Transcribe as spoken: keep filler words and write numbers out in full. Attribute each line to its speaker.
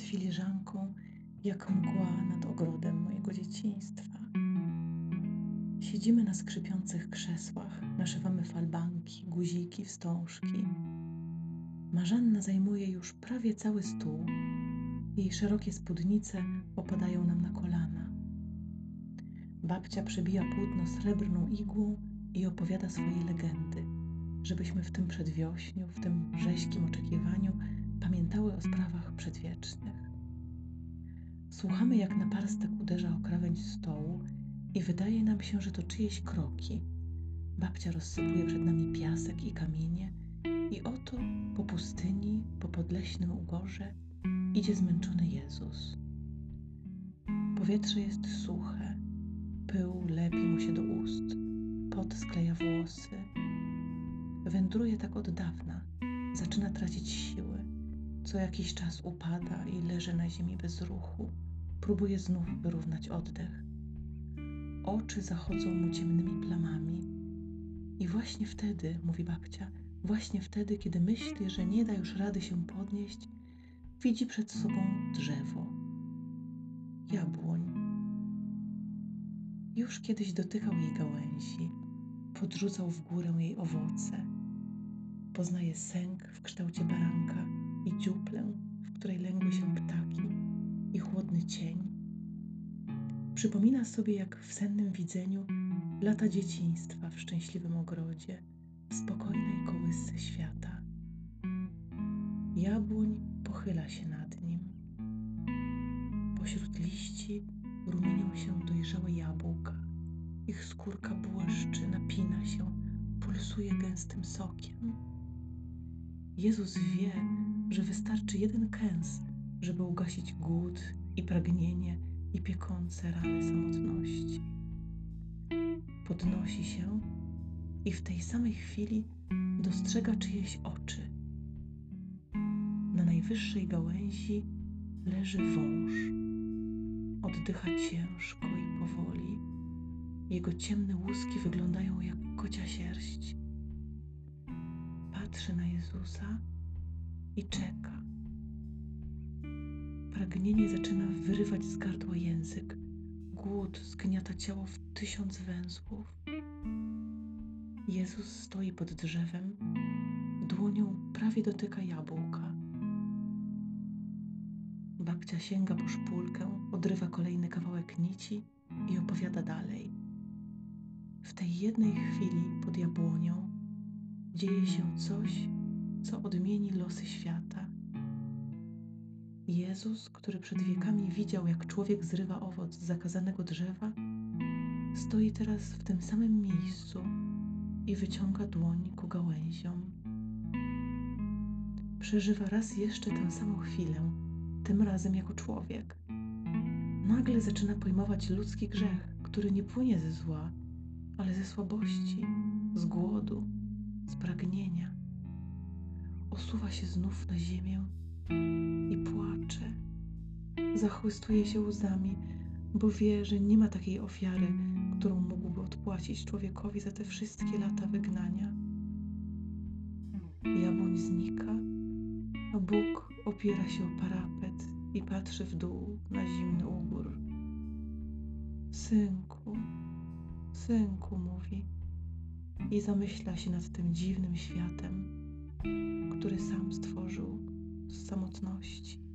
Speaker 1: filiżanką jak mgła nad ogrodem mojego dzieciństwa. Siedzimy na skrzypiących krzesłach, naszywamy falbanki, guziki, wstążki. Marzanna zajmuje już prawie cały stół. Jej szerokie spódnice opadają nam na kolana. Babcia przebija płótno srebrną igłą i opowiada swoje legendy, żebyśmy w tym przedwiośniu, w tym rześkim oczekiwaniu pamiętały o sprawach przedwiecznych. Słuchamy, jak naparstek uderza o krawędź stołu i wydaje nam się, że to czyjeś kroki. Babcia rozsypuje przed nami piasek i kamienie i oto po pustyni, po podleśnym ugorze idzie zmęczony Jezus. Powietrze jest suche, pył lepi mu się do ust, pot skleja włosy. Wędruje tak od dawna, zaczyna tracić siły. Co jakiś czas upada i leży na ziemi bez ruchu. Próbuje znów wyrównać oddech. Oczy zachodzą mu ciemnymi plamami. I właśnie wtedy, mówi babcia, właśnie wtedy, kiedy myśli, że nie da już rady się podnieść, widzi przed sobą drzewo. Jabłoń. Już kiedyś dotykał jej gałęzi, podrzucał w górę jej owoce. Poznaje sęk w kształcie baranka i dziuplę, w której lęgły się ptaki, i chłodny cień. Przypomina sobie, jak w sennym widzeniu lata dzieciństwa w szczęśliwym ogrodzie, w spokojnej kołysce świata. Jabłoń pochyla się nad nim. Pośród liści rumienią się dojrzałe jabłka. Ich skórka błyszczy, napina się, pulsuje gęstym sokiem. Jezus wie, że wystarczy jeden kęs, żeby ugasić głód i pragnienie i piekące rany samotności. Podnosi się i w tej samej chwili dostrzega czyjeś oczy. Na najwyższej gałęzi leży wąż. Oddycha ciężko i powoli. Jego ciemne łuski wyglądają jak kocia sierść. Patrzy na Jezusa i czeka. Pragnienie zaczyna wyrywać z gardła język. Głód zgniata ciało w tysiąc węzłów. Jezus stoi pod drzewem, dłonią prawie dotyka jabłka. Babcia sięga po szpulkę, odrywa kolejny kawałek nici i opowiada dalej. W tej jednej chwili pod jabłonią dzieje się coś, co odmieni losy świata. Jezus, który przed wiekami widział, jak człowiek zrywa owoc z zakazanego drzewa, stoi teraz w tym samym miejscu i wyciąga dłoń ku gałęziom. Przeżywa raz jeszcze tę samą chwilę, tym razem jako człowiek. Nagle zaczyna pojmować ludzki grzech, który nie płynie ze zła, ale ze słabości, z głodu, z pragnienia. Osuwa się znów na ziemię i płacze. Zachłystuje się łzami, bo wie, że nie ma takiej ofiary, którą mógłby odpłacić człowiekowi za te wszystkie lata wygnania. Jabłoń znika, a Bóg opiera się o parapet i patrzy w dół na zimny ugór. Synku, synku, mówi i zamyśla się nad tym dziwnym światem, który sam stworzył z samotności.